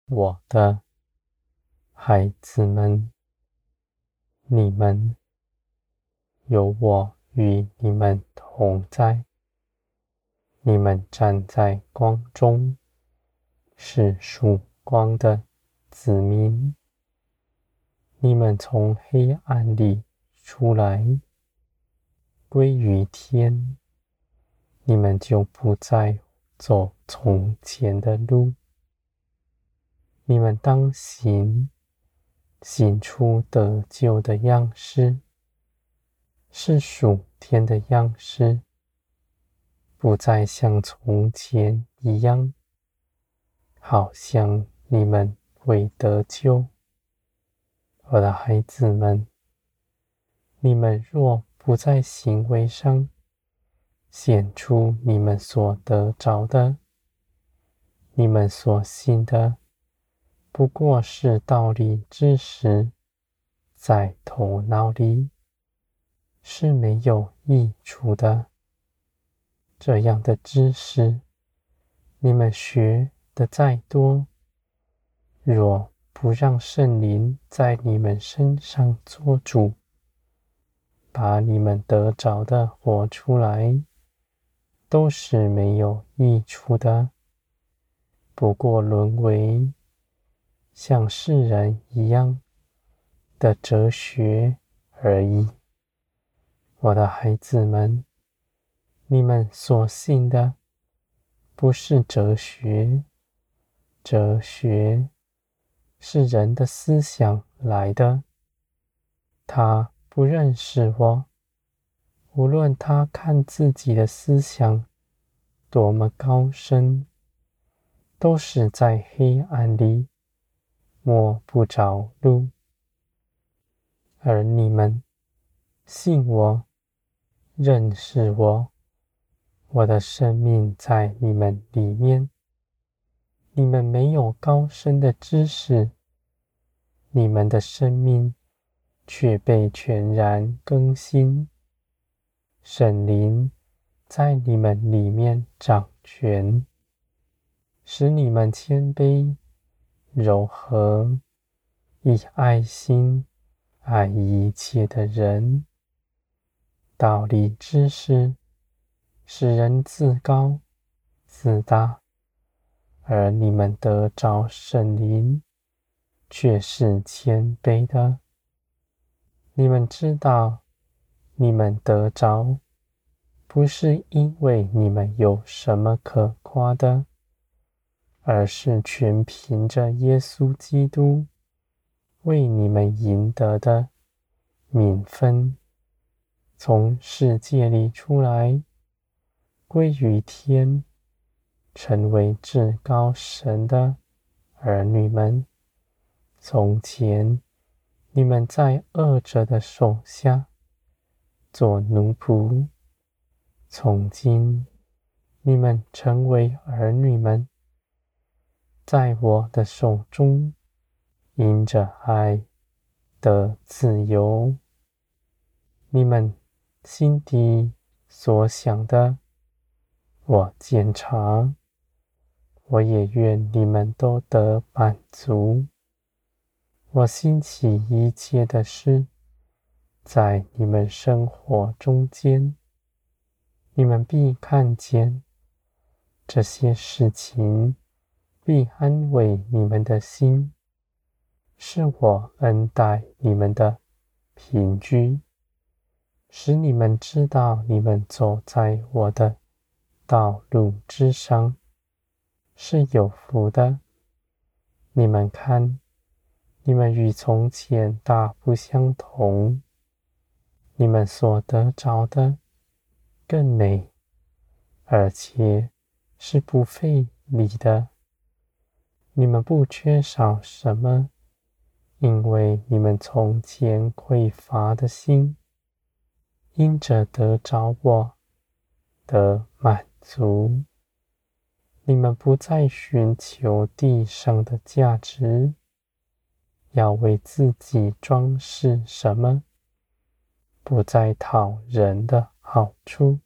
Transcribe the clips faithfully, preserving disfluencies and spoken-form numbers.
我的孩子们，你们有我与你们同在，你们站在光中，是属光的子民。你们从黑暗里出来，归于天，你们就不再走从前的路。你们当行，行出得救的样式，是属天的样式，不再像从前一样，好像你们未得救。我的孩子们，你们若不在行为上显出你们所得着的，你们所信的不过是道理知识，在头脑里是没有益处的。这样的知识，你们学的再多，若不让圣灵在你们身上做主，把你们得着的活出来，都是没有益处的，不过沦为像世人一样的哲学而已。我的孩子们，你们所信的不是哲学，哲学是人的思想来的，他不认识我，无论他看自己的思想多么高深，都是在黑暗里摸不着路。而你们信我，认识我，我的生命在你们里面，你们没有高深的知识，你们的生命却被全然更新。圣灵在你们里面掌权，使你们谦卑、柔和，以爱心爱一切的人。道理知识使人自高自大，而你们得着圣灵，却是谦卑的。你们知道，你们得着，不是因为你们有什么可夸的，而是全凭着耶稣基督为你们赢得的名分，从世界里出来，归于天，成为至高神的儿女们。从前你们在恶者的手下做奴仆，从今你们成为儿女们，在我的手中因着爱的自由。你们心底所想的，我检查，我也愿你们都得满足。我兴起一切的事，在你们生活中间，你们必看见这些事情，必安慰你们的心，是我恩待你们的凭据，使你们知道你们走在我的道路之上，是有福的。你们看，你们与从前大不相同，你们所得着的更美，而且是不费力的。你们不缺少什么，因为你们从前匮乏的心，因着得着我，得满足。你们不再寻求地上的价值，要为自己装饰什么，不再讨人的好处，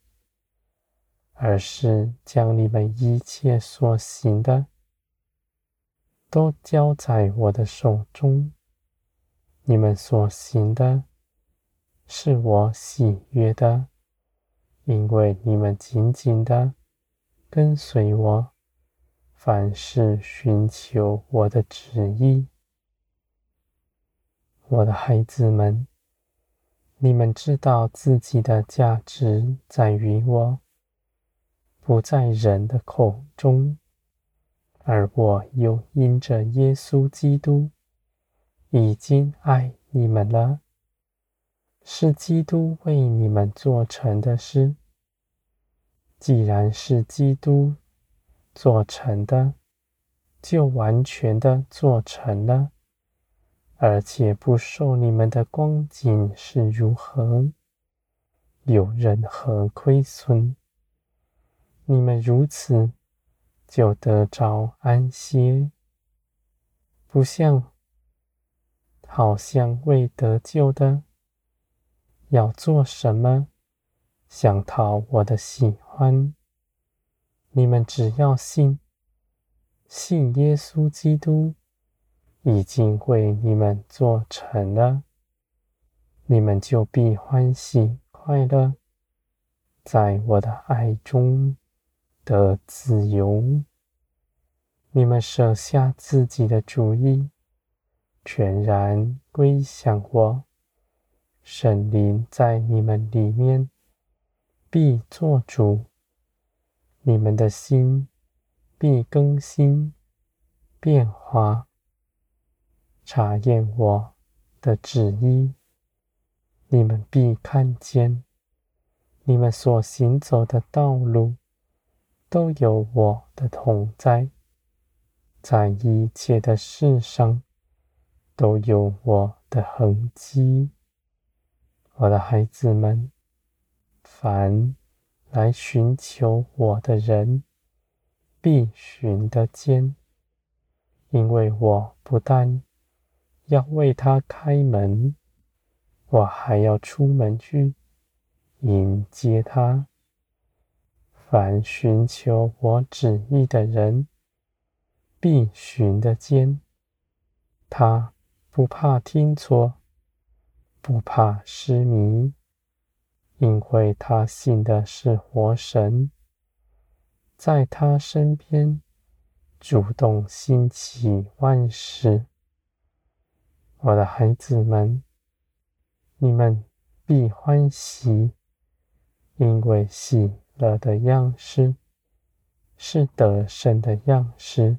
而是将你们一切所行的都交在我的手中。你们所行的是我喜悦的，因为你们紧紧的跟随我，凡事寻求我的旨意。我的孩子们，你们知道自己的价值在于我，不在人的口中，而我又因着耶稣基督已经爱你们了，是基督为你们做成的事。既然是基督做成的，就完全的做成了，而且不受你们的光景是如何有任何亏损。你们如此就得着安歇，不像好像未得救的要做什么想讨我的喜欢。你们只要信，信耶稣基督已经为你们做成了，你们就必欢喜快乐，在我的爱中得自由。你们舍下自己的主意，全然归向我，圣灵在你们里面必作主，你们的心必更新变化，查验我的旨意，你们必看见你们所行走的道路都有我的同在，在一切的事上都有我的痕迹。我的孩子们，凡来寻求我的人必寻得见，因为我不但要为他开门，我还要出门去迎接他。凡寻求我旨意的人必寻得见，他不怕听错，不怕失迷，因为他信的是活神，在他身边主动兴起万事。我的孩子们，你们必欢喜，因为喜乐的样式是得胜的样式。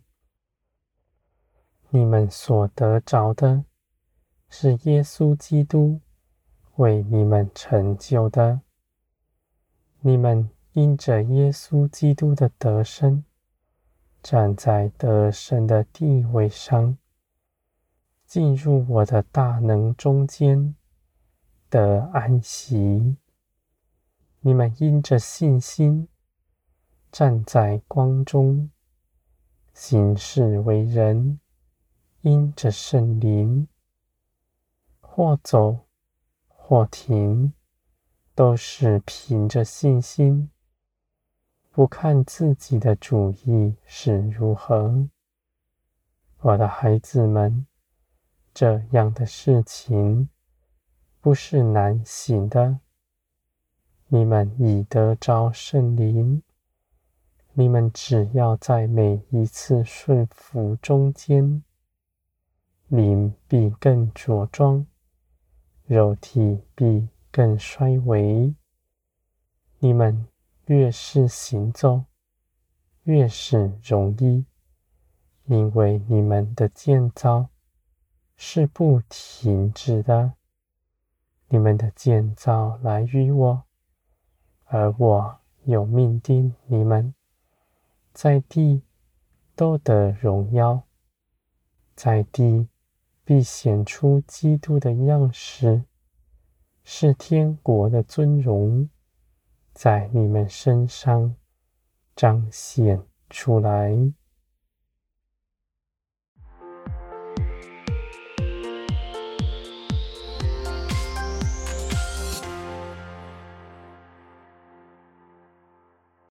你们所得着的是耶稣基督为你们成就的。你们因着耶稣基督的得胜，站在得胜的地位上，进入我的大能中间得安息。你们因着信心站在光中，行事为人，因着圣灵，或走或停，都是凭着信心，不看自己的主意是如何。我的孩子们，这样的事情不是难行的。你们已得着圣灵，你们只要在每一次顺服中间，灵必更茁壮，肉体必更衰微。你们越是行走，越是容易，因为你们的建造是不停止的。你们的建造来于我，而我有命定你们在地都得荣耀，在地必显出基督的样式，是天国的尊荣在你们身上彰显出来。